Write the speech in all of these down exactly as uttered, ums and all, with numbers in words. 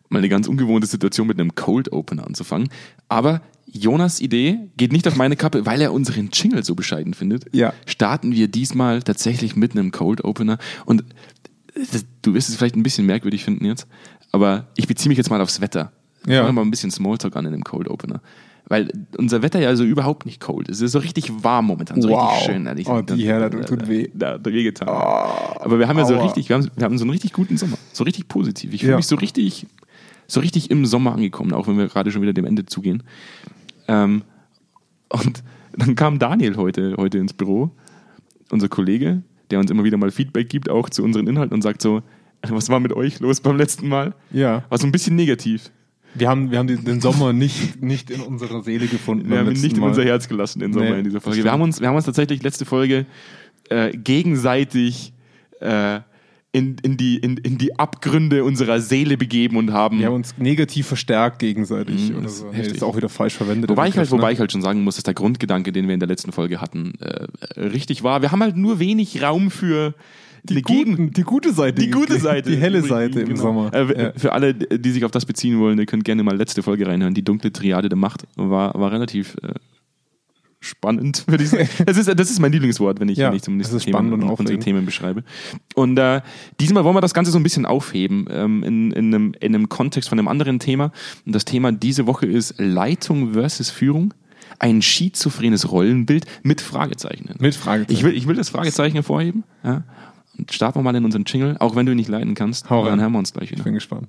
mal eine ganz ungewohnte Situation mit einem Cold Opener anzufangen. Aber Jonas' Idee geht nicht auf meine Kappe, weil er unseren Jingle so bescheiden findet. Ja. Starten wir diesmal tatsächlich mit einem Cold Opener. Und das, du wirst es vielleicht ein bisschen merkwürdig finden jetzt, aber ich beziehe mich jetzt mal aufs Wetter. Ja. Fangen wir mal ein bisschen Smalltalk an in dem Cold Opener. Weil unser Wetter ja also überhaupt nicht cold ist. Es ist so richtig warm momentan, so wow. richtig schön. Ehrlich. Oh, die Herleitung tut weh. Da hat weh getan. Oh, aber wir haben ja so aua. richtig, wir haben, wir haben so einen richtig guten Sommer. So richtig positiv. Ich fühle Ja. mich so richtig, so richtig im Sommer angekommen, auch wenn wir gerade schon wieder dem Ende zugehen. Ähm, und dann kam Daniel heute, heute ins Büro, unser Kollege, der uns immer wieder mal Feedback gibt, auch zu unseren Inhalten und sagt so, was war mit euch los beim letzten Mal? Ja. War so ein bisschen negativ. Wir haben, wir haben den, den Sommer nicht, nicht in unserer Seele gefunden. Wir haben ihn nicht in Mal. unser Herz gelassen, den Sommer Nee, in dieser Folge. das Wir haben uns, wir haben uns tatsächlich letzte Folge äh, gegenseitig äh, in, in, die, in, in die Abgründe unserer Seele begeben und haben... Wir haben uns negativ verstärkt gegenseitig. Mhm, oder das so. ist Nee, heftig. ist auch wieder falsch verwendet. Wobei der ich, halt, Begriff, wobei ne? ich halt schon sagen muss, dass der Grundgedanke, den wir in der letzten Folge hatten, äh, richtig war. Wir haben halt nur wenig Raum für die, eine guten, Gegen- die gute Seite. Die gute Seite. Die helle Seite im Genau. Sommer. Äh, Ja. Für alle, die sich auf das beziehen wollen, ihr könnt gerne mal letzte Folge reinhören. Die dunkle Triade der Macht war, war relativ äh, spannend, würde ich sagen. Das ist, das ist mein Lieblingswort, wenn ich, Ja, wenn ich zumindest das ist Themen, spannend und unsere aufregend. Themen beschreibe. Und äh, diesmal wollen wir das Ganze so ein bisschen aufheben ähm, in, in, einem, in einem Kontext von einem anderen Thema. Und das Thema diese Woche ist Leitung versus Führung. Ein schizophrenes Rollenbild mit Fragezeichen. Mit Fragezeichen. Ich will, ich will das Fragezeichen hervorheben. Ja. Und starten wir mal in unseren Jingle, auch wenn du ihn nicht leiten kannst. Hau Und dann rein. hören wir uns gleich Ich wieder. bin gespannt.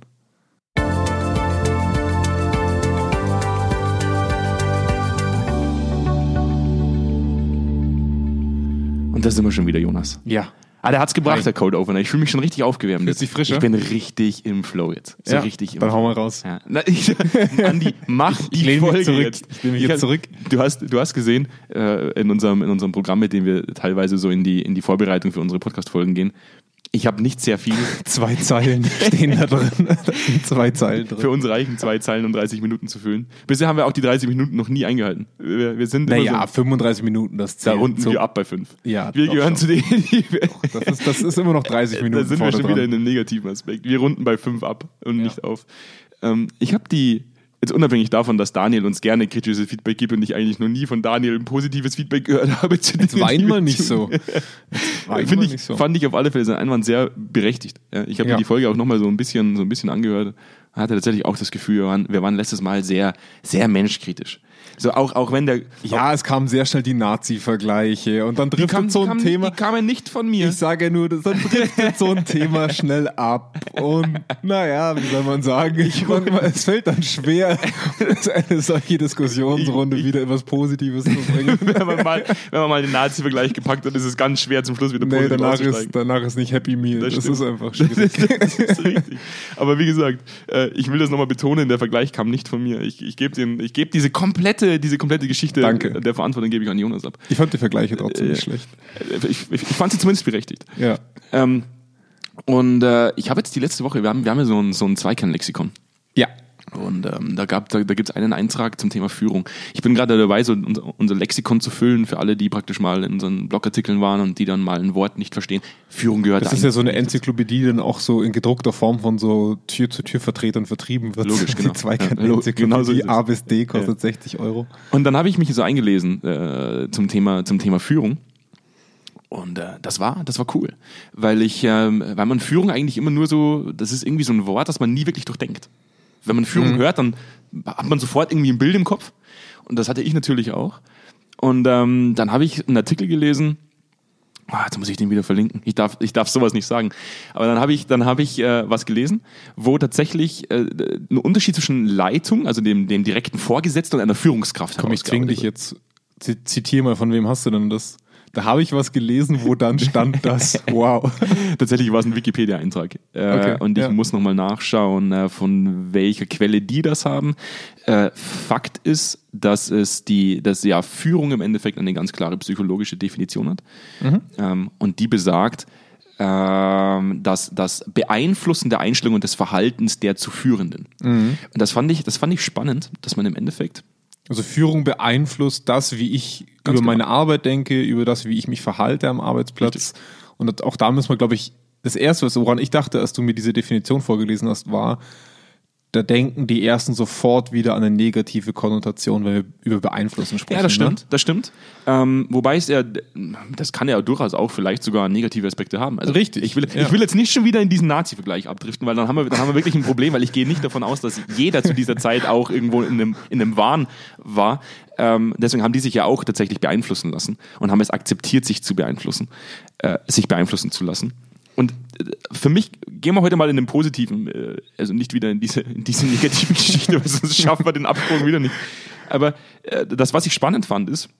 Und da sind wir schon wieder, Jonas. Ja. Ah, der hat's gebracht, Hi. der Cold Opener. Ich fühle mich schon richtig aufgewärmt. Fühlst jetzt. dich frischer? Ich bin richtig im Flow jetzt. So Ja, richtig im dann Flow. hau mal raus. Ja. Na, ich, Andi, mach die Ich lehne mich Folge zurück. jetzt. Ich lehne mich jetzt hab- zurück. Du hast, du hast gesehen, äh, in, unserem, in unserem Programm, mit dem wir teilweise so in die, in die Vorbereitung für unsere Podcast-Folgen gehen, ich habe nicht sehr viel. Zwei Zeilen stehen da drin. Da sind zwei Zeilen drin. Für uns reichen zwei Zeilen und dreißig Minuten zu füllen. Bisher haben wir auch die dreißig Minuten noch nie eingehalten. Wir, wir sind immer Naja, so, fünfunddreißig Minuten, das da zählt. runden So- wir ab bei fünf. Ja, wir doch gehören schon. zu denen, die wir, Das ist, das ist immer noch dreißig Minuten da sind wir vorne schon wieder dran. in einem negativen Aspekt. Wir runden bei fünf ab und nicht auf. Ähm, ich habe die, jetzt unabhängig davon, dass Daniel uns gerne kritisches Feedback gibt und ich eigentlich noch nie von Daniel ein positives Feedback gehört habe. Zu Jetzt wein mal nicht so. Jetzt wein Finde mal ich, nicht so. fand ich auf alle Fälle seinen Einwand sehr berechtigt. Ja, ich habe Ja. mir die Folge auch nochmal so ein bisschen, so ein bisschen angehört. Hatte tatsächlich auch das Gefühl, wir waren, wir waren letztes Mal sehr, sehr menschkritisch. So auch, auch wenn der, Ja, es kamen sehr schnell die Nazi-Vergleiche und dann die driftet kamen, so die ein kamen, Thema. die kamen nicht von mir. Ich sage nur, das- dann driftet so ein Thema schnell ab. Und naja, wie soll man sagen, ich, man, es fällt dann schwer, eine solche Diskussionsrunde Ich- ich- wieder etwas Positives zu bringen. wenn, man mal, wenn man mal den Nazi-Vergleich gepackt hat, ist es ganz schwer zum Schluss wieder Nee, positiv danach auszusteigen. ist, danach ist nicht Happy Meal. Das, Das ist stimmt. einfach schwierig. Das ist richtig. Aber wie gesagt, äh, ich will das nochmal betonen, der Vergleich kam nicht von mir. Ich, ich gebe den- ich gebe diese komplette, diese komplette Geschichte Danke. der Verantwortung gebe ich an Jonas ab. Ich fand die Vergleiche trotzdem Äh, nicht schlecht. Äh, Ich, ich, ich fand sie zumindest berechtigt. Ja. Ähm, und äh, ich habe jetzt die letzte Woche, wir haben, wir haben ja so ein, so ein Zweikern-Lexikon. Ja. Und ähm, da, gab, da, da gibt es einen Eintrag zum Thema Führung. Ich bin gerade dabei, so unser, unser Lexikon zu füllen für alle, die praktisch mal in unseren Blogartikeln waren und die dann mal ein Wort nicht verstehen. Führung gehört Das da ist ja so eine eigentlich- Enzyklopädie, die dann auch so in gedruckter Form von so Tür-zu-Tür-Vertretern vertrieben wird. Logisch, genau. Die zweikant Ja, lo- Enzyklopädie genau so ist es. A bis D kostet Ja. sechzig Euro. Und dann habe ich mich so eingelesen äh, zum Thema zum Thema Führung. Und äh, das war das war cool, weil ich ähm, weil man Führung eigentlich immer nur so, das ist irgendwie so ein Wort, das man nie wirklich durchdenkt. Wenn man Führung Mhm. hört, dann hat man sofort irgendwie ein Bild im Kopf. Und das hatte ich natürlich auch. Und ähm, dann habe ich einen Artikel gelesen. Ah, jetzt muss ich den wieder verlinken. Ich darf, ich darf sowas nicht sagen. Aber dann habe ich, dann habe ich äh, was gelesen, wo tatsächlich äh, ein Unterschied zwischen Leitung, also dem, dem direkten Vorgesetzten und einer Führungskraft Komm, ich zwing dich jetzt. Z- Zitier mal, von wem hast du denn das? Da habe ich was gelesen, wo dann stand das. Wow. Tatsächlich war es ein Wikipedia-Eintrag. Äh, Okay, und ich ja. muss nochmal nachschauen, äh, von welcher Quelle die das haben. Äh, Fakt ist, dass es die, dass ja Führung im Endeffekt eine ganz klare psychologische Definition hat. Mhm. Ähm, und die besagt, ähm, dass das Beeinflussen der Einstellung und des Verhaltens der zu Führenden. Mhm. Und das fand ich, das fand ich spannend, dass man im Endeffekt Also Führung beeinflusst das, wie ich Ganz über genau. meine Arbeit denke, über das, wie ich mich verhalte am Arbeitsplatz. Richtig. Und auch da müssen wir, glaube ich, das Erste, was- woran ich dachte, als du mir diese Definition vorgelesen hast, war, da denken die ersten sofort wieder an eine negative Konnotation, wenn wir über Beeinflussen sprechen. Ja, das stimmt, ne? das stimmt. Ähm, wobei es ja, das kann ja durchaus auch vielleicht sogar negative Aspekte haben. Also Richtig. Ich will, ja. ich will jetzt nicht schon wieder in diesen Nazi-Vergleich abdriften, weil dann haben, wir, dann haben wir wirklich ein Problem, weil ich gehe nicht davon aus, dass jeder zu dieser Zeit auch irgendwo in einem, in einem Wahn war. Ähm, deswegen haben die sich ja auch tatsächlich beeinflussen lassen und haben es akzeptiert, sich zu beeinflussen, äh, sich beeinflussen zu lassen. Und für mich, gehen wir heute mal in den positiven, also nicht wieder in diese, in diese negative Geschichte, weil sonst schaffen wir den Absprung wieder nicht. Aber das, was ich spannend fand, ist,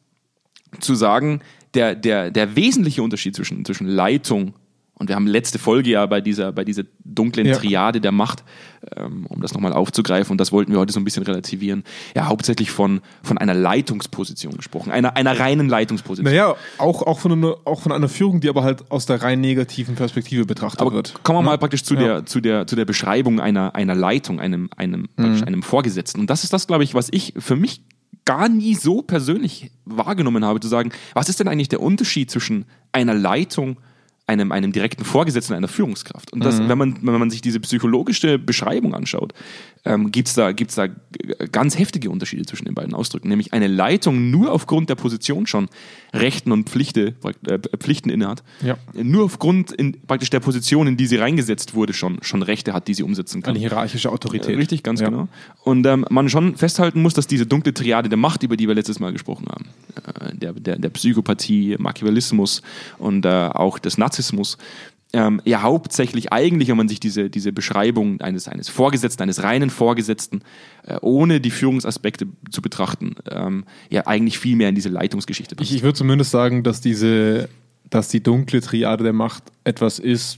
zu sagen, der, der, der wesentliche Unterschied zwischen, zwischen Leitung, und wir haben letzte Folge ja bei dieser, bei dieser dunklen ja. Triade der Macht, ähm, um das nochmal aufzugreifen, und das wollten wir heute so ein bisschen relativieren, ja hauptsächlich von, von einer Leitungsposition gesprochen, einer, einer reinen Leitungsposition. Naja, auch, auch, von einer, auch von einer Führung, die aber halt aus der rein negativen Perspektive betrachtet aber wird. Kommen wir mal ja. praktisch zu, ja. der, zu, der, zu der Beschreibung einer, einer Leitung, einem, einem, mhm. einem Vorgesetzten. Und das ist das, glaube ich, was ich für mich gar nie so persönlich wahrgenommen habe, zu sagen, was ist denn eigentlich der Unterschied zwischen einer Leitung, einem, einem direkten Vorgesetzten, einer Führungskraft? Und das, mhm. wenn man, wenn man sich diese psychologische Beschreibung anschaut, ähm, gibt es da, gibt's da ganz heftige Unterschiede zwischen den beiden Ausdrücken. Nämlich eine Leitung nur aufgrund der Position schon Rechten und Pflichte, äh, Pflichten innehat. Ja. Nur aufgrund in, praktisch der Position, in die sie reingesetzt wurde, schon, schon Rechte hat, die sie umsetzen kann. Eine hierarchische Autorität. Richtig, ganz ja. genau. Und ähm, man schon festhalten muss, dass diese dunkle Triade der Macht, über die wir letztes Mal gesprochen haben, äh, der, der, der Psychopathie, Machiavellismus und äh, auch des Narzissmus, ähm, ja hauptsächlich eigentlich, wenn man sich diese, diese Beschreibung eines, eines Vorgesetzten, eines reinen Vorgesetzten, äh, ohne die Führungsaspekte zu betrachten, ähm, ja eigentlich viel mehr in diese Leitungsgeschichte passt. Ich, ich würde zumindest sagen, dass diese, dass die dunkle Triade der Macht etwas ist,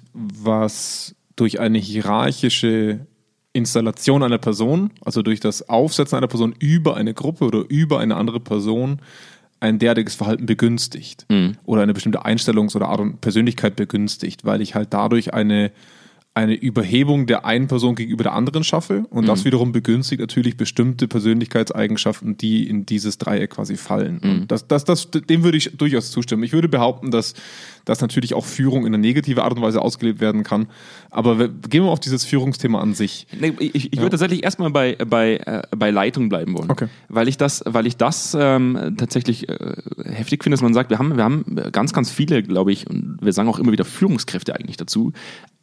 was durch eine hierarchische Installation einer Person, also durch das Aufsetzen einer Person über eine Gruppe oder über eine andere Person, ein derartiges Verhalten begünstigt mhm. oder eine bestimmte Einstellungs- oder Art und Persönlichkeit begünstigt, weil ich halt dadurch eine, eine Überhebung der einen Person gegenüber der anderen schaffe und mhm. das wiederum begünstigt natürlich bestimmte Persönlichkeitseigenschaften, die in dieses Dreieck quasi fallen. Mhm. Und das, das, das, dem würde ich durchaus zustimmen. Ich würde behaupten, dass, dass natürlich auch Führung in einer negativen Art und Weise ausgelebt werden kann, aber wir, gehen wir auf dieses Führungsthema an sich. Nee, ich ich ja. würde tatsächlich erstmal bei, bei, äh, bei Leitung bleiben wollen, okay. weil ich das, weil ich das ähm, tatsächlich äh, heftig finde, dass man sagt, wir haben, wir haben ganz, ganz viele, glaube ich, und wir sagen auch immer wieder Führungskräfte eigentlich dazu.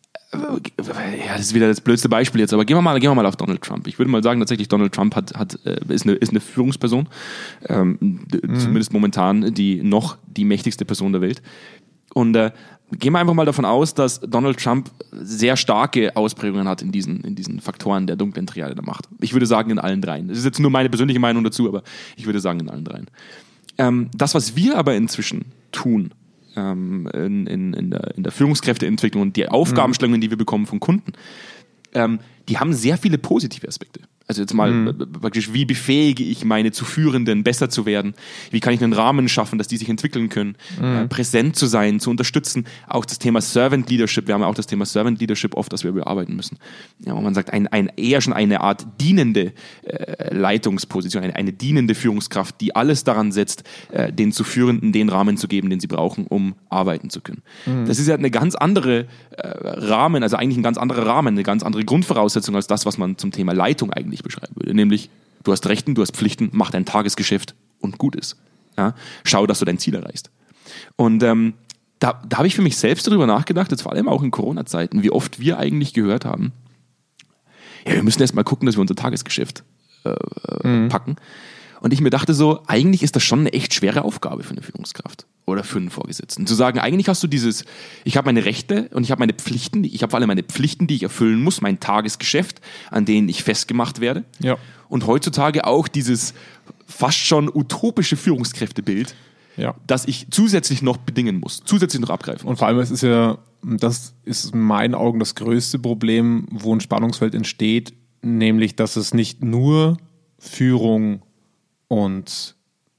Ja, das ist wieder das blödste Beispiel jetzt, aber gehen wir mal, gehen wir mal auf Donald Trump. Ich würde mal sagen, tatsächlich Donald Trump hat, hat, ist, eine, ist eine Führungsperson, ähm, mhm. zumindest momentan die noch die mächtigste Person der Welt. Und äh, gehen wir einfach mal davon aus, dass Donald Trump sehr starke Ausprägungen hat in diesen, in diesen Faktoren der dunklen Triade der Macht. Ich würde sagen, in allen dreien. Das ist jetzt nur meine persönliche Meinung dazu, aber ich würde sagen, in allen dreien. Ähm, das, was wir aber inzwischen tun, ähm, in, in, in, der, in der Führungskräfteentwicklung und die Aufgabenstellungen, die wir bekommen von Kunden, ähm, die haben sehr viele positive Aspekte. Also jetzt mal mhm. praktisch, wie befähige ich meine zu Führenden, besser zu werden? Wie kann ich einen Rahmen schaffen, dass die sich entwickeln können? Mhm. Äh, präsent zu sein, zu unterstützen. Auch das Thema Servant Leadership. Wir haben ja auch das Thema Servant Leadership oft, das wir bearbeiten müssen. Ja, wo man sagt, ein, ein, eher schon eine Art dienende äh, Leitungsposition, eine, eine dienende Führungskraft, die alles daran setzt, äh, den zu Führenden den Rahmen zu geben, den sie brauchen, um arbeiten zu können. Mhm. Das ist ja eine ganz andere äh, Rahmen, also eigentlich ein ganz anderer Rahmen, eine ganz andere Grundvoraussetzung als das, was man zum Thema Leitung eigentlich beschreiben würde. Nämlich, du hast Rechten, du hast Pflichten, mach dein Tagesgeschäft und gut ist. Ja? Schau, dass du dein Ziel erreichst. Und ähm, da, da habe ich für mich selbst darüber nachgedacht, jetzt vor allem auch in Corona-Zeiten, wie oft wir eigentlich gehört haben, ja, wir müssen erst mal gucken, dass wir unser Tagesgeschäft äh, mhm. packen. Und ich mir dachte so, eigentlich ist das schon eine echt schwere Aufgabe für eine Führungskraft oder für einen Vorgesetzten. Zu sagen, eigentlich hast du dieses, ich habe meine Rechte und ich habe meine Pflichten, ich habe vor allem meine Pflichten, die ich erfüllen muss, mein Tagesgeschäft, an denen ich festgemacht werde. Ja. Und heutzutage auch dieses fast schon utopische Führungskräftebild, ja. das ich zusätzlich noch bedingen muss, zusätzlich noch abgreifen muss. Und vor allem, es ist ja, das ist in meinen Augen das größte Problem, wo ein Spannungsfeld entsteht, nämlich, dass es nicht nur Führung und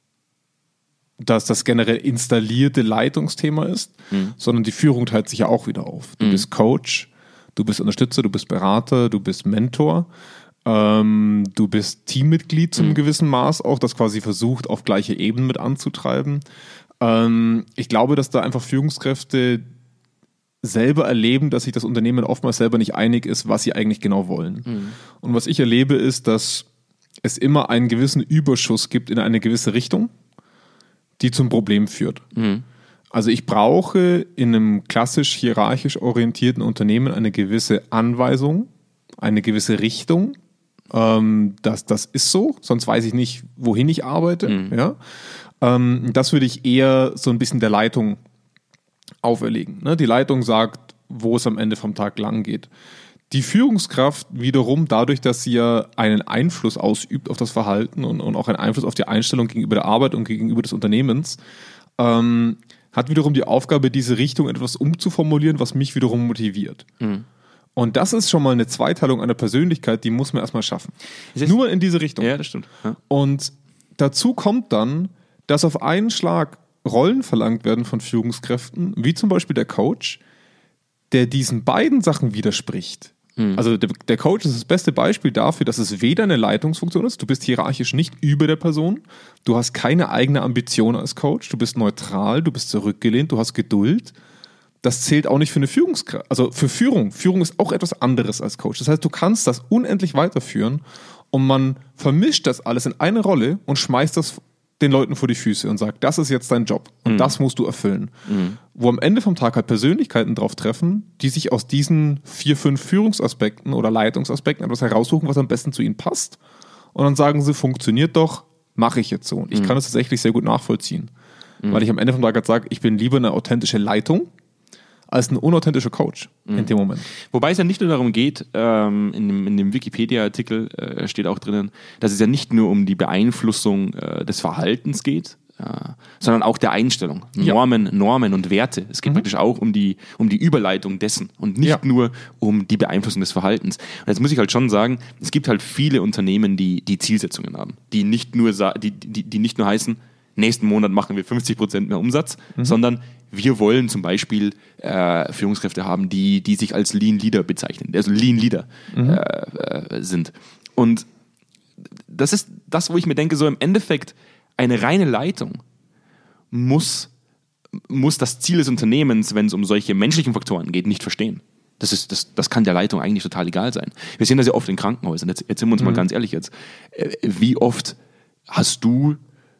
dass das generell installierte Leitungsthema ist, mhm. sondern die Führung teilt sich ja auch wieder auf. Du mhm. bist Coach, du bist Unterstützer, du bist Berater, du bist Mentor, ähm, du bist Teammitglied zum mhm. gewissen Maß auch, das quasi versucht, auf gleiche Ebenen mit anzutreiben. Ähm, ich glaube, dass da einfach Führungskräfte selber erleben, dass sich das Unternehmen oftmals selber nicht einig ist, was sie eigentlich genau wollen. Mhm. Und was ich erlebe, ist, dass es immer einen gewissen Überschuss gibt in eine gewisse Richtung, die zum Problem führt. Mhm. Also ich brauche in einem klassisch hierarchisch orientierten Unternehmen eine gewisse Anweisung, eine gewisse Richtung. Ähm, das, das ist so, sonst weiß ich nicht, wohin ich arbeite. Mhm. Ja? Ähm, das würde ich eher so ein bisschen der Leitung auferlegen. Ne? Die Leitung sagt, wo es am Ende vom Tag lang geht. Die Führungskraft wiederum, dadurch, dass sie ja einen Einfluss ausübt auf das Verhalten und, und auch einen Einfluss auf die Einstellung gegenüber der Arbeit und gegenüber des Unternehmens, ähm, hat wiederum die Aufgabe, diese Richtung etwas umzuformulieren, was mich wiederum motiviert. Mhm. Und das ist schon mal eine Zweiteilung einer Persönlichkeit, die muss man erstmal schaffen. Nur in diese Richtung. Ja, das stimmt. Ja. Und dazu kommt dann, dass auf einen Schlag Rollen verlangt werden von Führungskräften, wie zum Beispiel der Coach, der diesen beiden Sachen widerspricht. Mhm. Also der, der Coach ist das beste Beispiel dafür, dass es weder eine Leitungsfunktion ist, du bist hierarchisch nicht über der Person, du hast keine eigene Ambition als Coach, du bist neutral, du bist zurückgelehnt, du hast Geduld. Das zählt auch nicht für eine Führungskraft, also für Führung. Führung ist auch etwas anderes als Coach. Das heißt, du kannst das unendlich weiterführen und man vermischt das alles in eine Rolle und schmeißt das den Leuten vor die Füße und sagt, das ist jetzt dein Job und mhm. das musst du erfüllen. Mhm. Wo am Ende vom Tag halt Persönlichkeiten drauf treffen, die sich aus diesen vier, fünf Führungsaspekten oder Leitungsaspekten etwas heraussuchen, was am besten zu ihnen passt. Und dann sagen sie, funktioniert doch, mache ich jetzt so. Und ich mhm. kann das tatsächlich sehr gut nachvollziehen. Mhm. Weil ich am Ende vom Tag halt sage, ich bin lieber eine authentische Leitung als ein unauthentischer Coach mhm. in dem Moment. Wobei es ja nicht nur darum geht, ähm, in dem, in dem Wikipedia-Artikel äh, steht auch drinnen, dass es ja nicht nur um die Beeinflussung äh, des Verhaltens geht, äh, sondern auch der Einstellung. Ja. Normen, Normen und Werte. Es geht mhm. praktisch auch um die, um die Überleitung dessen und nicht ja. nur um die Beeinflussung des Verhaltens. Und jetzt muss ich halt schon sagen, es gibt halt viele Unternehmen, die, die Zielsetzungen haben, die nicht nur, die, die, die nicht nur heißen, nächsten Monat machen wir fünfzig Prozent mehr Umsatz, mhm. sondern wir wollen zum Beispiel äh, Führungskräfte haben, die, die sich als Lean Leader bezeichnen, also Lean Leader mhm. äh, sind. Und das ist das, wo ich mir denke, so im Endeffekt eine reine Leitung muss, muss das Ziel des Unternehmens, wenn es um solche menschlichen Faktoren geht, nicht verstehen. Das, ist, das, das kann der Leitung eigentlich total egal sein. Wir sehen das ja oft in Krankenhäusern. Jetzt, jetzt sind wir uns mhm. mal ganz ehrlich jetzt. Wie oft hast du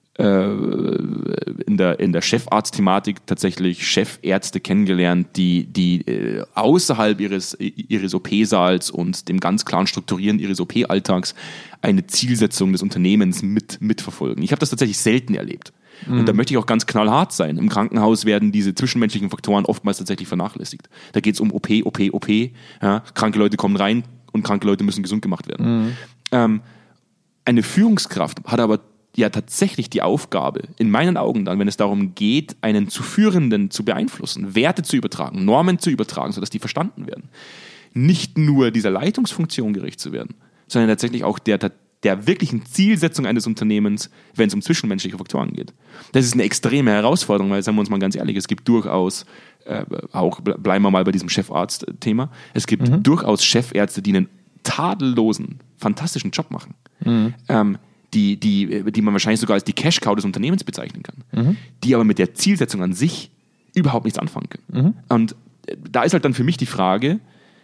in der, in der Chefarztthematik tatsächlich Chefärzte kennengelernt, die, die äh, außerhalb ihres, ihres O P-Saals und dem ganz klaren Strukturieren ihres O P-Alltags eine Zielsetzung des Unternehmens mit, mitverfolgen. Ich habe das tatsächlich selten erlebt. Mhm. Und da möchte ich auch ganz knallhart sein. Im Krankenhaus werden diese zwischenmenschlichen Faktoren oftmals tatsächlich vernachlässigt. Da geht es um O P, O P, O P. Ja? Kranke Leute kommen rein und kranke Leute müssen gesund gemacht werden. Mhm. Ähm, eine Führungskraft hat aber ja tatsächlich die Aufgabe, in meinen Augen dann, wenn es darum geht, einen zu Führenden zu beeinflussen, Werte zu übertragen, Normen zu übertragen, sodass die verstanden werden, nicht nur dieser Leitungsfunktion gerecht zu werden, sondern tatsächlich auch der, der, der wirklichen Zielsetzung eines Unternehmens, wenn es um zwischenmenschliche Faktoren geht. Das ist eine extreme Herausforderung, weil, sagen wir uns mal ganz ehrlich, es gibt durchaus, äh, auch bleiben wir mal bei diesem Chefarzt-Thema, es gibt mhm. durchaus Chefärzte, die einen tadellosen, fantastischen Job machen. Mhm. Ähm, Die, die, die man wahrscheinlich sogar als die Cash-Cow des Unternehmens bezeichnen kann, mhm. die aber mit der Zielsetzung an sich überhaupt nichts anfangen können. Mhm. Und da ist halt dann für mich die Frage,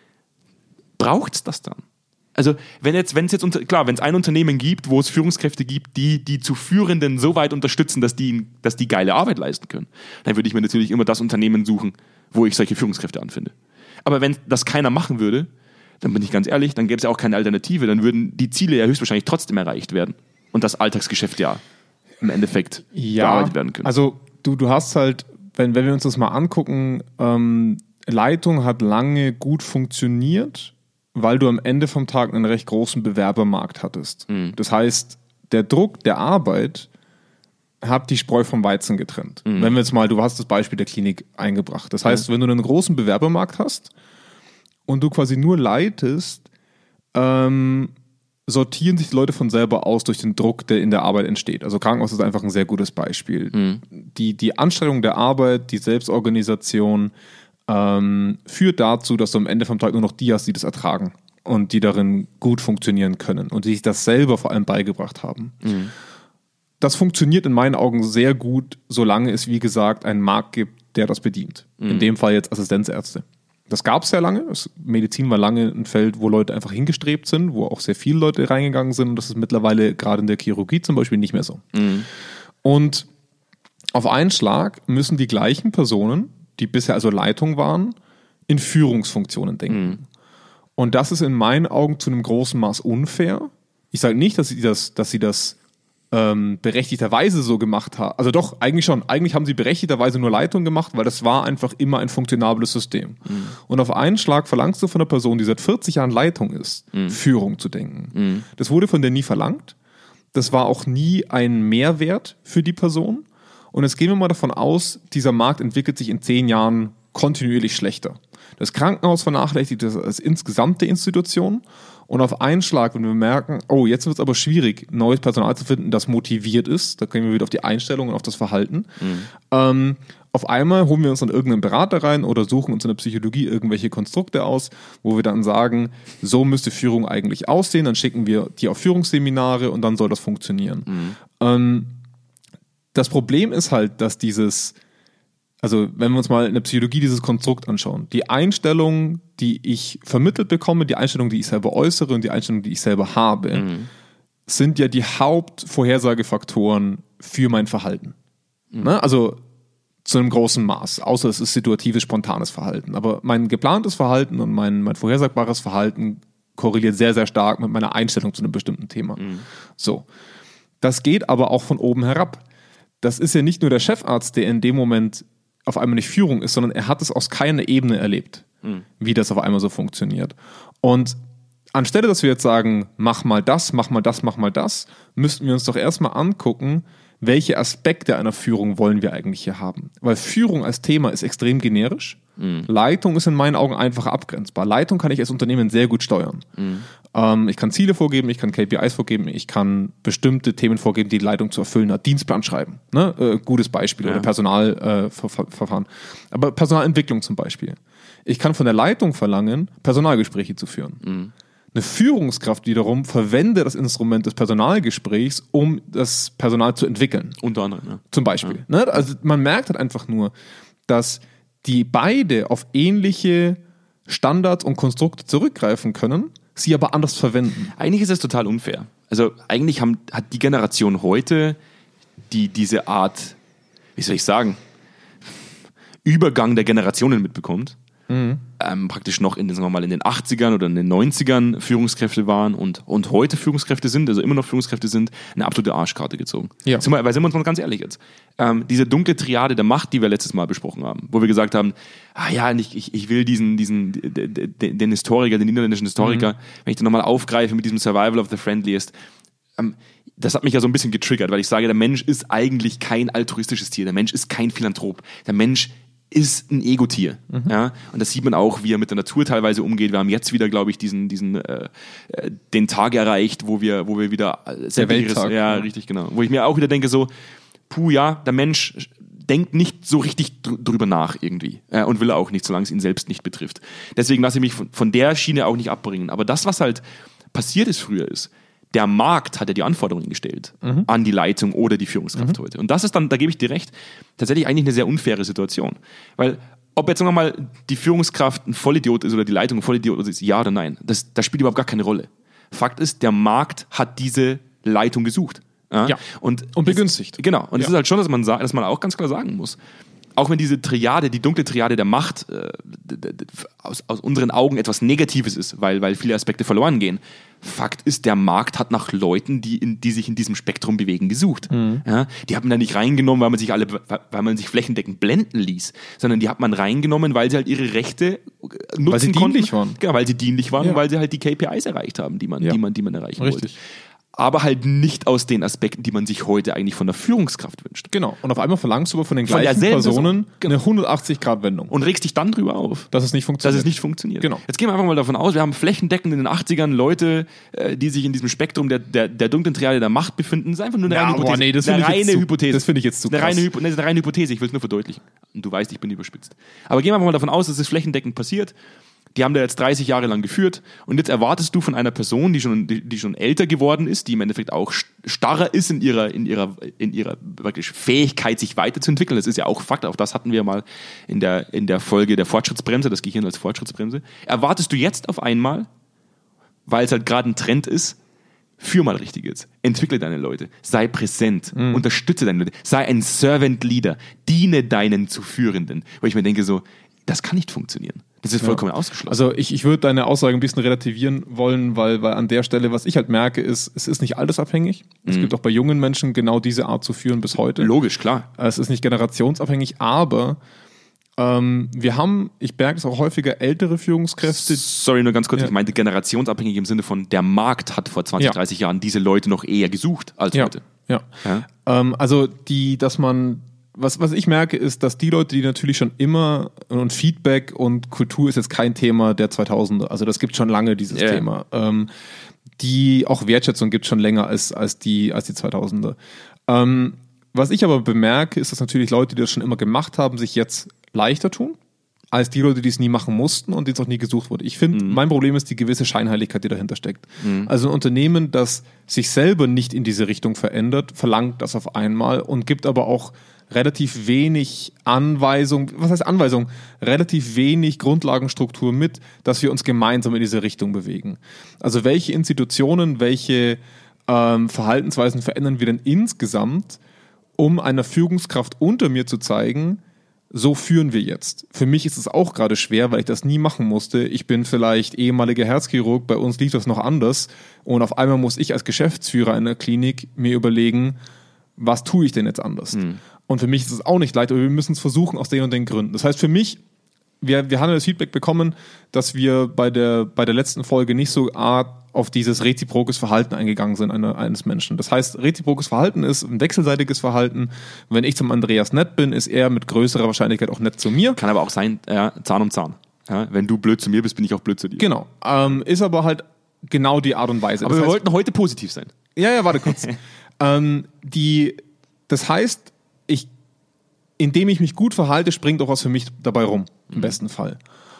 braucht es das dann? Also wenn jetzt, wenn es jetzt, unter, klar, wenn es ein Unternehmen gibt, wo es Führungskräfte gibt, die die zu Führenden so weit unterstützen, dass die, dass die geile Arbeit leisten können, dann würde ich mir natürlich immer das Unternehmen suchen, wo ich solche Führungskräfte anfinde. Aber wenn das keiner machen würde, dann bin ich ganz ehrlich, dann gäbe es ja auch keine Alternative, dann würden die Ziele ja höchstwahrscheinlich trotzdem erreicht werden. Und das Alltagsgeschäft ja im Endeffekt ja, bearbeitet werden können. Also du, du hast halt, wenn, wenn wir uns das mal angucken, ähm, Leitung hat lange gut funktioniert, weil du am Ende vom Tag einen recht großen Bewerbermarkt hattest. Mhm. Das heißt, der Druck der Arbeit hat die Spreu vom Weizen getrennt. Mhm. Wenn wir jetzt mal, du hast das Beispiel der Klinik eingebracht. Das heißt, mhm. wenn du einen großen Bewerbermarkt hast und du quasi nur leitest, ähm, sortieren sich die Leute von selber aus durch den Druck, der in der Arbeit entsteht. Also Krankenhaus ist einfach ein sehr gutes Beispiel. Mhm. Die, die Anstrengung der Arbeit, die Selbstorganisation ähm, führt dazu, dass du am Ende vom Tag nur noch die hast, die das ertragen und die darin gut funktionieren können und die sich das selber vor allem beigebracht haben. Mhm. Das funktioniert in meinen Augen sehr gut, solange es, wie gesagt, einen Markt gibt, der das bedient. Mhm. In dem Fall jetzt Assistenzärzte. Das gab es sehr lange. Es, Medizin war lange ein Feld, wo Leute einfach hingestrebt sind, wo auch sehr viele Leute reingegangen sind. Und das ist mittlerweile gerade in der Chirurgie zum Beispiel nicht mehr so. Mhm. Und auf einen Schlag müssen die gleichen Personen, die bisher also Leitung waren, in Führungsfunktionen denken. Mhm. Und das ist in meinen Augen zu einem großen Maß unfair. Ich sage nicht, dass sie das, dass sie das ähm, berechtigterweise so gemacht haben. Also doch, eigentlich schon. Eigentlich haben sie berechtigterweise nur Leitung gemacht, weil das war einfach immer ein funktionables System. Mhm. Und auf einen Schlag verlangst du von einer Person, die seit vierzig Jahren Leitung ist, mhm. Führung zu denken. Mhm. Das wurde von der nie verlangt. Das war auch nie ein Mehrwert für die Person. Und jetzt gehen wir mal davon aus, dieser Markt entwickelt sich in zehn Jahren kontinuierlich schlechter. Das Krankenhaus vernachlässigt das als insgesamte Institution. Und auf einen Schlag, wenn wir merken, oh, jetzt wird es aber schwierig, neues Personal zu finden, das motiviert ist, da gehen wir wieder auf die Einstellung und auf das Verhalten. Mhm. Ähm, auf einmal holen wir uns dann irgendeinen Berater rein oder suchen uns in der Psychologie irgendwelche Konstrukte aus, wo wir dann sagen, so müsste Führung eigentlich aussehen, dann schicken wir die auf Führungsseminare und dann soll das funktionieren. Mhm. Ähm, das Problem ist halt, dass dieses, also wenn wir uns mal in der Psychologie dieses Konstrukt anschauen, die Einstellung, die ich vermittelt bekomme, die Einstellung, die ich selber äußere und die Einstellung, die ich selber habe, mhm. sind ja die Hauptvorhersagefaktoren für mein Verhalten. Mhm. Ne? Also zu einem großen Maß, außer es ist situatives, spontanes Verhalten. Aber mein geplantes Verhalten und mein, mein vorhersagbares Verhalten korreliert sehr, sehr stark mit meiner Einstellung zu einem bestimmten Thema. Mhm. So. Das geht aber auch von oben herab. Das ist ja nicht nur der Chefarzt, der in dem Moment auf einmal nicht Führung ist, sondern er hat es aus keiner Ebene erlebt, mhm. wie das auf einmal so funktioniert. Und anstelle, dass wir jetzt sagen, mach mal das, mach mal das, mach mal das, müssten wir uns doch erstmal angucken, welche Aspekte einer Führung wollen wir eigentlich hier haben. Weil Führung als Thema ist extrem generisch. Mhm. Leitung ist in meinen Augen einfach abgrenzbar. Leitung kann ich als Unternehmen sehr gut steuern. Mhm. Ähm, ich kann Ziele vorgeben, ich kann K P Is vorgeben, ich kann bestimmte Themen vorgeben, die die Leitung zu erfüllen hat. Dienstplan schreiben, ne? äh, gutes Beispiel. Ja. Oder Personalverfahren. Äh, Aber Personalentwicklung zum Beispiel. Ich kann von der Leitung verlangen, Personalgespräche zu führen. Mhm. Eine Führungskraft wiederum verwendet das Instrument des Personalgesprächs, um das Personal zu entwickeln. Unter anderem, ja. Zum Beispiel. Ja. Ne? Also man merkt halt einfach nur, dass die beide auf ähnliche Standards und Konstrukte zurückgreifen können, sie aber anders verwenden. Eigentlich ist das total unfair. Also eigentlich haben, hat die Generation heute, die diese Art, wie soll ich sagen, Übergang der Generationen mitbekommt, Mhm. Ähm, praktisch noch in den, sagen wir mal, in den achtzigern oder in den neunzigern Führungskräfte waren und, und heute Führungskräfte sind, also immer noch Führungskräfte sind, eine absolute Arschkarte gezogen. Ja. Sind wir, weil sind wir uns mal ganz ehrlich jetzt. Ähm, diese dunkle Triade der Macht, die wir letztes Mal besprochen haben, wo wir gesagt haben, ah ja, ich, ich will diesen, diesen, den, den Historiker, den niederländischen Historiker, mhm. wenn ich den nochmal aufgreife mit diesem Survival of the Friendliest, ähm, das hat mich ja so ein bisschen getriggert, weil ich sage, der Mensch ist eigentlich kein altruistisches Tier, der Mensch ist kein Philanthrop, der Mensch ist ein Ego-Tier. Mhm. Ja? Und das sieht man auch, wie er mit der Natur teilweise umgeht. Wir haben jetzt wieder, glaube ich, diesen, diesen äh, den Tag erreicht, wo wir, wo wir wieder der Welttag. Ja, ja, richtig, genau. Wo ich mir auch wieder denke, so, puh, ja, der Mensch denkt nicht so richtig dr- drüber nach irgendwie. Äh, und will auch nicht, solange es ihn selbst nicht betrifft. Deswegen lasse ich mich von, von der Schiene auch nicht abbringen. Aber das, was halt passiert ist früher, ist, der Markt hat ja die Anforderungen gestellt mhm. an die Leitung oder die Führungskraft mhm. heute. Und das ist dann, da gebe ich dir recht, tatsächlich eigentlich eine sehr unfaire Situation. Weil, ob jetzt sagen wir mal die Führungskraft ein Vollidiot ist oder die Leitung ein Vollidiot ist, ja oder nein, das, das spielt überhaupt gar keine Rolle. Fakt ist, der Markt hat diese Leitung gesucht. Ja? Ja. Und, und begünstigt. Es, genau. Und es ja. ist halt schon, dass man, dass man auch ganz klar sagen muss, auch wenn diese Triade, die dunkle Triade der Macht äh, d- d- d- aus, aus unseren Augen etwas Negatives ist, weil, weil viele Aspekte verloren gehen. Fakt ist, der Markt hat nach Leuten, die, in, die sich in diesem Spektrum bewegen, gesucht. Mhm. Ja, die hat man da nicht reingenommen, weil man sich alle, weil man sich flächendeckend blenden ließ, sondern die hat man reingenommen, weil sie halt ihre Rechte nutzen weil sie konnten. dienlich waren. Genau, weil sie dienlich waren Ja. und weil sie halt die K P Is erreicht haben, die man, Ja. die man, die man erreichen Richtig. wollte. Aber halt nicht aus den Aspekten, die man sich heute eigentlich von der Führungskraft wünscht. Genau. Und auf einmal verlangst du aber von den Von gleichen derselben Personen Person. Genau. eine hundertachtzig-Grad-Wendung. Und regst dich dann drüber auf, Dass es nicht dass funktioniert. es nicht funktioniert. Genau. Jetzt gehen wir einfach mal davon aus, wir haben flächendeckend in den achtzigern Leute, äh, die sich in diesem Spektrum der, der, der dunklen Triade der Macht befinden. Das ist einfach nur eine Ja, reine boah, Hypothese. nee, das eine finde ich jetzt reine zu- Hypothese. das finde ich jetzt zu eine krass. reine, Hypo- nee, das ist eine reine Hypothese, ich will es nur verdeutlichen. Und du weißt, ich bin überspitzt. Aber gehen wir einfach mal davon aus, dass es flächendeckend passiert. die haben da jetzt dreißig Jahre lang geführt und jetzt erwartest du von einer Person, die schon, die, die schon älter geworden ist, die im Endeffekt auch starrer ist in ihrer, in ihrer, in ihrer wirklich Fähigkeit, sich weiterzuentwickeln. Das ist ja auch Fakt, auch das hatten wir mal in der, in der Folge der Fortschrittsbremse, das Gehirn als Fortschrittsbremse. Erwartest du jetzt auf einmal, weil es halt gerade ein Trend ist, führ mal richtig jetzt. Entwickle deine Leute. Sei präsent. Mhm. Unterstütze deine Leute. Sei ein Servant Leader. Diene deinen zu Führenden. Wo ich mir denke so, das kann nicht funktionieren. Das ist vollkommen ja. ausgeschlossen. Also ich, ich würde deine Aussage ein bisschen relativieren wollen, weil, weil an der Stelle, was ich halt merke, ist, es ist nicht altersabhängig. Mhm. Es gibt auch bei jungen Menschen genau diese Art zu führen bis heute. Logisch, klar. Es ist nicht generationsabhängig, aber Ähm, wir haben, ich merke es auch häufiger, ältere Führungskräfte. Sorry, nur ganz kurz, ja. ich meinte generationsabhängig im Sinne von, der Markt hat vor zwanzig, ja. dreißig Jahren diese Leute noch eher gesucht als ja. heute. Ja. ja. Ähm, also die, dass man, was, was ich merke, ist, dass die Leute, die natürlich schon immer, und Feedback und Kultur ist jetzt kein Thema der zweitausender, also das gibt schon lange dieses yeah. Thema. Ähm, die, auch Wertschätzung gibt schon länger als, als die, als die zweitausender. Ähm, was ich aber bemerke, ist, dass natürlich Leute, die das schon immer gemacht haben, sich jetzt leichter tun, als die Leute, die es nie machen mussten und die es auch nie gesucht wurde. Ich finde, mhm. mein Problem ist die gewisse Scheinheiligkeit, die dahinter steckt. Mhm. Also ein Unternehmen, das sich selber nicht in diese Richtung verändert, verlangt das auf einmal und gibt aber auch relativ wenig Anweisung, was heißt Anweisung? Relativ wenig Grundlagenstruktur mit, dass wir uns gemeinsam in diese Richtung bewegen. Also welche Institutionen, welche ähm, Verhaltensweisen verändern wir denn insgesamt, um einer Führungskraft unter mir zu zeigen, so führen wir jetzt. Für mich ist es auch gerade schwer, weil ich das nie machen musste. Ich bin vielleicht ehemaliger Herzchirurg, bei uns lief das noch anders und auf einmal muss ich als Geschäftsführer einer Klinik mir überlegen, was tue ich denn jetzt anders? Mhm. Und für mich ist es auch nicht leicht, aber wir müssen es versuchen aus den und den Gründen. Das heißt für mich, wir, wir haben das Feedback bekommen, dass wir bei der, bei der letzten Folge nicht so Art auf dieses reziprokes Verhalten eingegangen sind einer, eines Menschen. Das heißt, reziprokes Verhalten ist ein wechselseitiges Verhalten. Wenn ich zum Andreas nett bin, ist er mit größerer Wahrscheinlichkeit auch nett zu mir. Kann aber auch sein, ja, Zahn um Zahn. Ja, wenn du blöd zu mir bist, bin ich auch blöd zu dir. Genau. Ähm, ist aber halt genau die Art und Weise. Aber das wir heißt, wollten heute positiv sein. Ja, ja, warte kurz. ähm, die, das heißt, ich, indem ich mich gut verhalte, springt auch was für mich dabei rum, im mhm. besten Fall.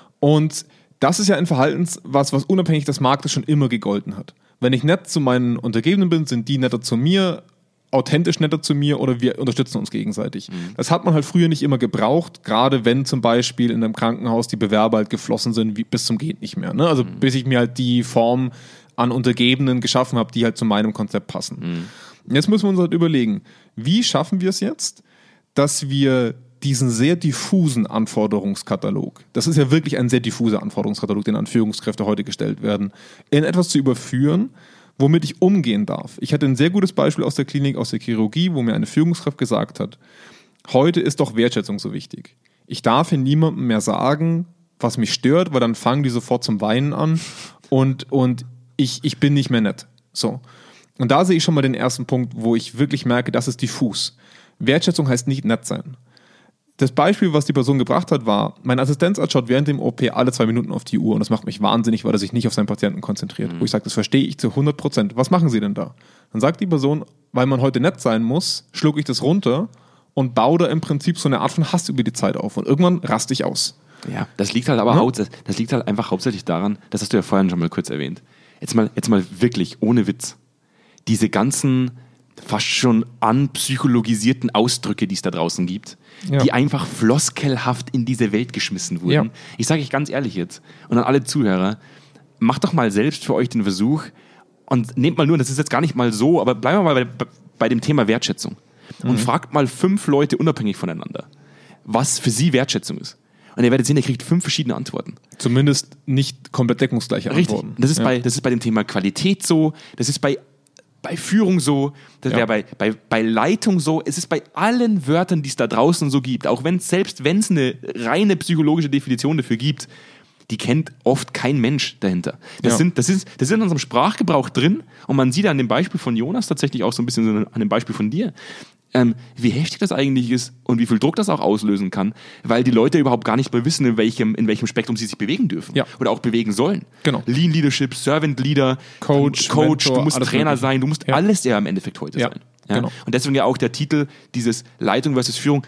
Und das ist ja ein Verhalten, was, was unabhängig des Marktes schon immer gegolten hat. Wenn ich nett zu meinen Untergebenen bin, sind die netter zu mir, authentisch netter zu mir oder wir unterstützen uns gegenseitig. Mhm. Das hat man halt früher nicht immer gebraucht, gerade wenn zum Beispiel in einem Krankenhaus die Bewerber halt geflossen sind, wie bis zum geht nicht mehr. Ne? Also mhm. bis ich mir halt die Form an Untergebenen geschaffen habe, die halt zu meinem Konzept passen. Mhm. Jetzt müssen wir uns halt überlegen, wie schaffen wir es jetzt, dass wir diesen sehr diffusen Anforderungskatalog, das ist ja wirklich ein sehr diffuser Anforderungskatalog, den an Führungskräfte heute gestellt werden, in etwas zu überführen, womit ich umgehen darf. Ich hatte ein sehr gutes Beispiel aus der Klinik, aus der Chirurgie, wo mir eine Führungskraft gesagt hat, heute ist doch Wertschätzung so wichtig. Ich darf hier niemandem mehr sagen, was mich stört, weil dann fangen die sofort zum Weinen an und, und ich, ich bin nicht mehr nett. So. Und da sehe ich schon mal den ersten Punkt, wo ich wirklich merke, das ist diffus. Wertschätzung heißt nicht nett sein. Das Beispiel, was die Person gebracht hat, war, mein Assistenzarzt schaut während dem O P alle zwei Minuten auf die Uhr und das macht mich wahnsinnig, weil er sich nicht auf seinen Patienten konzentriert. Mhm. Wo ich sage, das verstehe ich zu hundert Prozent. Was machen Sie denn da? Dann sagt die Person, weil man heute nett sein muss, schlucke ich das runter und baue da im Prinzip so eine Art von Hass über die Zeit auf und irgendwann raste ich aus. Ja, das liegt halt aber ja? haupts- das liegt halt einfach hauptsächlich daran, das hast du ja vorhin schon mal kurz erwähnt. Jetzt mal, jetzt mal wirklich, ohne Witz. Diese ganzen fast schon anpsychologisierten Ausdrücke, die es da draußen gibt, ja. die einfach floskelhaft in diese Welt geschmissen wurden. Ja. Ich sage euch ganz ehrlich jetzt und an alle Zuhörer, macht doch mal selbst für euch den Versuch und nehmt mal nur, das ist jetzt gar nicht mal so, aber bleiben wir mal bei, bei dem Thema Wertschätzung mhm. und fragt mal fünf Leute unabhängig voneinander, was für sie Wertschätzung ist. Und ihr werdet sehen, ihr kriegt fünf verschiedene Antworten. Zumindest nicht komplett deckungsgleiche Antworten. Richtig. Das ist, ja. bei, das ist bei dem Thema Qualität so, das ist bei bei Führung so, das wäre ja. bei, bei, bei Leitung so, es ist bei allen Wörtern, die es da draußen so gibt, auch wenn selbst wenn es eine reine psychologische Definition dafür gibt, die kennt oft kein Mensch dahinter. Das, ja. sind, das, ist, das ist in unserem Sprachgebrauch drin und man sieht an dem Beispiel von Jonas tatsächlich auch so ein bisschen so an dem Beispiel von dir, ähm, wie heftig das eigentlich ist und wie viel Druck das auch auslösen kann, weil die Leute überhaupt gar nicht mehr wissen, in welchem, in welchem Spektrum sie sich bewegen dürfen ja. oder auch bewegen sollen. Genau. Lean Leadership, Servant Leader, Coach, Coach Mentor, du musst Trainer mögliche. sein, du musst ja. alles ja im Endeffekt heute ja. sein. Ja? Genau. Und deswegen ja auch der Titel, dieses Leitung versus Führung,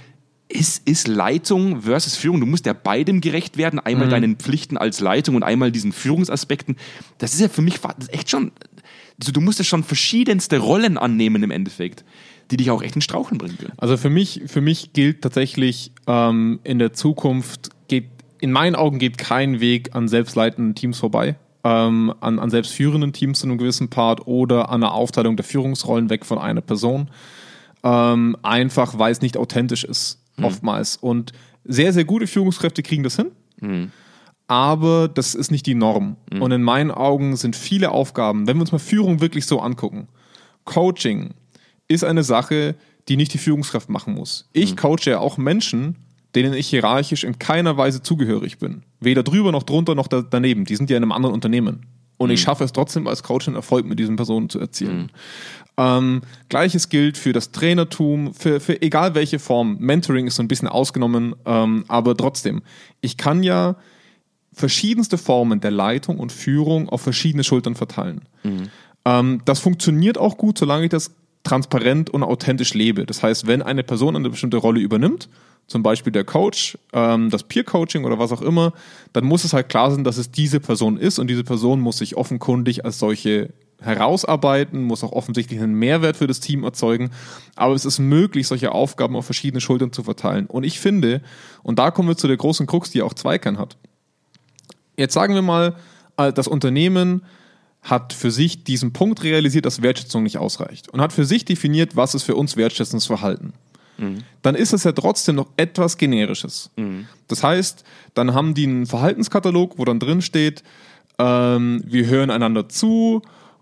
ist, ist Leitung versus Führung. Du musst ja beidem gerecht werden. Einmal mhm. deinen Pflichten als Leitung und einmal diesen Führungsaspekten. Das ist ja für mich echt schon, also du musst ja schon verschiedenste Rollen annehmen im Endeffekt, die dich auch echt in Straucheln bringen können. Also für mich, für mich gilt tatsächlich, ähm, in der Zukunft geht, in meinen Augen geht kein Weg an selbstleitenden Teams vorbei. Ähm, an, an selbstführenden Teams zu einem gewissen Part oder an einer Aufteilung der Führungsrollen weg von einer Person. Ähm, einfach, weil es nicht authentisch ist, mhm. oftmals. Und sehr, sehr gute Führungskräfte kriegen das hin, mhm. aber das ist nicht die Norm. Mhm. Und in meinen Augen sind viele Aufgaben, wenn wir uns mal Führung wirklich so angucken, Coaching ist eine Sache, die nicht die Führungskraft machen muss. Ich mhm. coache ja auch Menschen, denen ich hierarchisch in keiner Weise zugehörig bin. Weder drüber noch drunter noch da, daneben. Die sind ja in einem anderen Unternehmen. Und mhm. ich schaffe es trotzdem als Coach einen Erfolg mit diesen Personen zu erzielen. Mhm. Ähm, Gleiches gilt für das Trainertum, für, für egal welche Form. Mentoring ist so ein bisschen ausgenommen, ähm, aber trotzdem. Ich kann ja verschiedenste Formen der Leitung und Führung auf verschiedene Schultern verteilen. Mhm. Ähm, das funktioniert auch gut, solange ich das transparent und authentisch lebe. Das heißt, wenn eine Person eine bestimmte Rolle übernimmt, zum Beispiel der Coach, ähm, das Peer-Coaching oder was auch immer, dann muss es halt klar sein, dass es diese Person ist und diese Person muss sich offenkundig als solche herausarbeiten, muss auch offensichtlich einen Mehrwert für das Team erzeugen, aber es ist möglich, solche Aufgaben auf verschiedene Schultern zu verteilen. Und ich finde, und da kommen wir zu der großen Krux, die auch Zweikern hat. Jetzt sagen wir mal, das Unternehmen hat für sich diesen Punkt realisiert, dass Wertschätzung nicht ausreicht und hat für sich definiert, was ist für uns wertschätzendes Verhalten. Mhm. Dann ist es ja trotzdem noch etwas Generisches. Mhm. Das heißt, dann haben die einen Verhaltenskatalog, wo dann drin steht, ähm, wir hören einander zu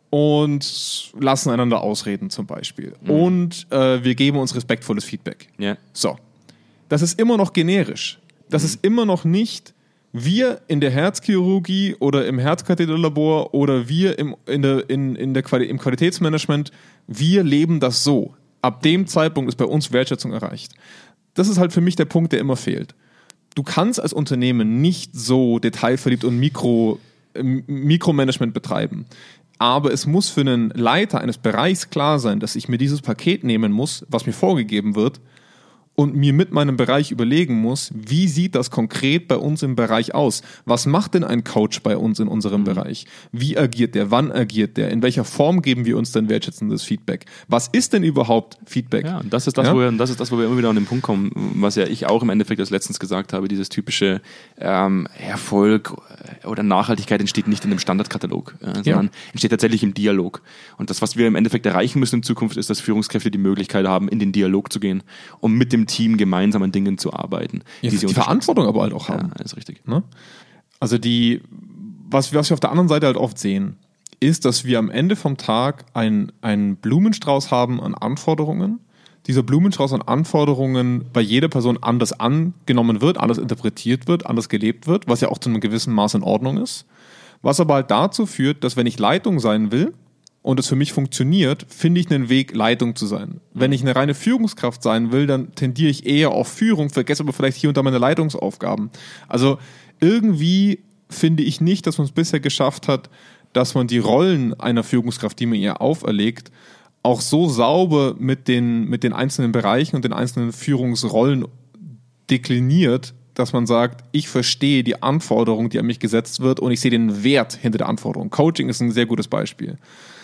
und lassen einander ausreden zum Beispiel. Mhm. Und äh, wir geben uns respektvolles Feedback. Yeah. So. Das ist immer noch generisch. Das mhm. ist immer noch nicht wir in der Herzchirurgie oder im Herzkatheterlabor oder wir im, in der, in, in der Quali- im Qualitätsmanagement, wir leben das so. Ab dem Zeitpunkt ist bei uns Wertschätzung erreicht. Das ist halt für mich der Punkt, der immer fehlt. Du kannst als Unternehmen nicht so detailverliebt und Mikro, äh, Mikromanagement betreiben. Aber es muss für einen Leiter eines Bereichs klar sein, dass ich mir dieses Paket nehmen muss, was mir vorgegeben wird, und mir mit meinem Bereich überlegen muss, wie sieht das konkret bei uns im Bereich aus? Was macht denn ein Coach bei uns in unserem mhm. Bereich? Wie agiert der? Wann agiert der? In welcher Form geben wir uns denn wertschätzendes Feedback? Was ist denn überhaupt Feedback? Ja, und das ist das, ja? wo wir, das ist das, wo wir immer wieder an den Punkt kommen, was ja ich auch im Endeffekt als letztens gesagt habe, dieses typische ähm, Erfolg oder Nachhaltigkeit entsteht nicht in einem Standardkatalog, äh, sondern ja. entsteht tatsächlich im Dialog. Und das, was wir im Endeffekt erreichen müssen in Zukunft, ist, dass Führungskräfte die Möglichkeit haben, in den Dialog zu gehen, um mit dem Team gemeinsam an Dingen zu arbeiten. Ja, die die Verantwortung aber halt auch haben. Ja, ist richtig. Ne? Also die, was, was wir auf der anderen Seite halt oft sehen, ist, dass wir am Ende vom Tag ein, einen Blumenstrauß haben an Anforderungen. Dieser Blumenstrauß an Anforderungen bei jeder Person anders angenommen wird, anders interpretiert wird, anders gelebt wird, was ja auch zu einem gewissen Maß in Ordnung ist. Was aber halt dazu führt, dass wenn ich Leitung sein will, und es für mich funktioniert, finde ich einen Weg, Leitung zu sein. Wenn ich eine reine Führungskraft sein will, dann tendiere ich eher auf Führung, vergesse aber vielleicht hier und da meine Leitungsaufgaben. Also irgendwie finde ich nicht, dass man es bisher geschafft hat, dass man die Rollen einer Führungskraft, die man ihr auferlegt, auch so sauber mit den, mit den einzelnen Bereichen und den einzelnen Führungsrollen dekliniert, dass man sagt, ich verstehe die Anforderung, die an mich gesetzt wird und ich sehe den Wert hinter der Anforderung. Coaching ist ein sehr gutes Beispiel.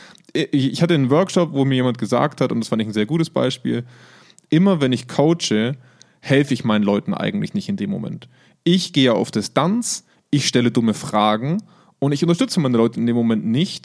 Ich hatte einen Workshop, wo mir jemand gesagt hat, und das fand ich ein sehr gutes Beispiel, immer wenn ich coache, helfe ich meinen Leuten eigentlich nicht in dem Moment. Ich gehe auf Distanz, ich stelle dumme Fragen und ich unterstütze meine Leute in dem Moment nicht,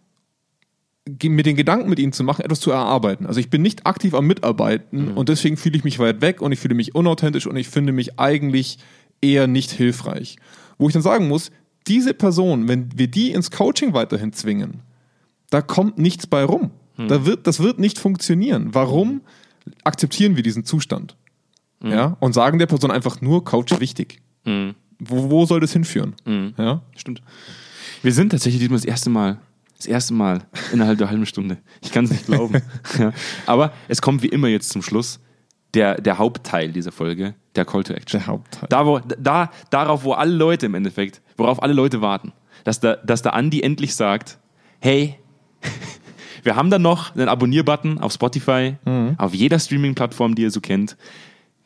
mit den Gedanken mit ihnen zu machen, etwas zu erarbeiten. Also ich bin nicht aktiv am Mitarbeiten mhm. und deswegen fühle ich mich weit weg und ich fühle mich unauthentisch und ich finde mich eigentlich eher nicht hilfreich. Wo ich dann sagen muss, diese Person, wenn wir die ins Coaching weiterhin zwingen, da kommt nichts bei rum. Hm. Da wird, das wird nicht funktionieren. Warum akzeptieren wir diesen Zustand? Hm. Ja? Und sagen der Person einfach nur, Coach ist wichtig. Hm. Wo, wo soll das hinführen? Hm. Ja? Stimmt. Wir sind tatsächlich diesmal das erste Mal, das erste Mal innerhalb der halben Stunde. Ich kann es nicht glauben. ja. Aber es kommt wie immer jetzt zum Schluss der, der Hauptteil dieser Folge, der Call to Action. Der Hauptteil. Da, wo, da, darauf, wo alle Leute im Endeffekt, worauf alle Leute warten. Dass der, dass der Andi endlich sagt, hey, wir haben dann noch einen Abonnier-Button auf Spotify, mhm. auf jeder Streaming-Plattform, die ihr so kennt.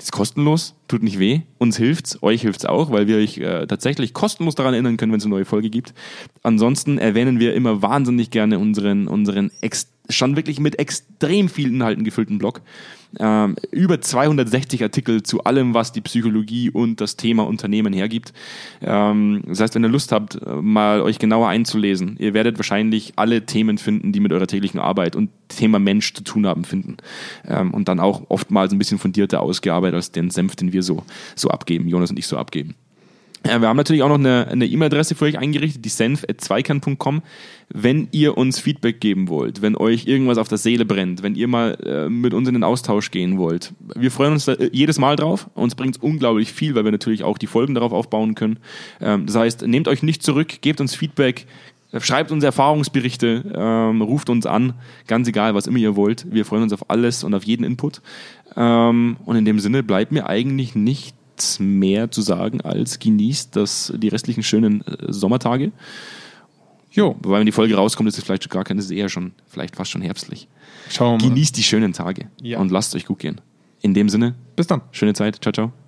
ist kostenlos, tut nicht weh, uns hilft's, euch hilft's auch, weil wir euch äh, tatsächlich kostenlos daran erinnern können, wenn es eine neue Folge gibt. Ansonsten erwähnen wir immer wahnsinnig gerne unseren, unseren ex- schon wirklich mit extrem vielen Inhalten gefüllten Blog. Ähm, über zweihundertsechzig Artikel zu allem, was die Psychologie und das Thema Unternehmen hergibt. Ähm, das heißt, wenn ihr Lust habt, mal euch genauer einzulesen, ihr werdet wahrscheinlich alle Themen finden, die mit eurer täglichen Arbeit und Thema Mensch zu tun haben, finden. Ähm, und dann auch oftmals ein bisschen fundierter ausgearbeitet als den Senf, den wir so, so abgeben, Jonas und ich so abgeben. Ja, wir haben natürlich auch noch eine, eine E-Mail-Adresse für euch eingerichtet, die senf at zweikern punkt com. Wenn ihr uns Feedback geben wollt, wenn euch irgendwas auf der Seele brennt, wenn ihr mal äh, mit uns in den Austausch gehen wollt. Wir freuen uns da jedes Mal drauf. Uns bringt es unglaublich viel, weil wir natürlich auch die Folgen darauf aufbauen können. Ähm, das heißt, nehmt euch nicht zurück, gebt uns Feedback, schreibt uns Erfahrungsberichte, ähm, ruft uns an, ganz egal, was immer ihr wollt. Wir freuen uns auf alles und auf jeden Input. Ähm, und in dem Sinne bleibt mir eigentlich nicht mehr zu sagen als genießt das, die restlichen schönen äh, Sommertage. Jo, wobei, wenn die Folge rauskommt, ist es vielleicht schon gar keine, ist es eher schon, vielleicht fast schon herbstlich. Schauen wir mal. Genießt die schönen Tage Ja. und lasst es euch gut gehen. In dem Sinne, Bis dann. schöne Zeit. Ciao, ciao.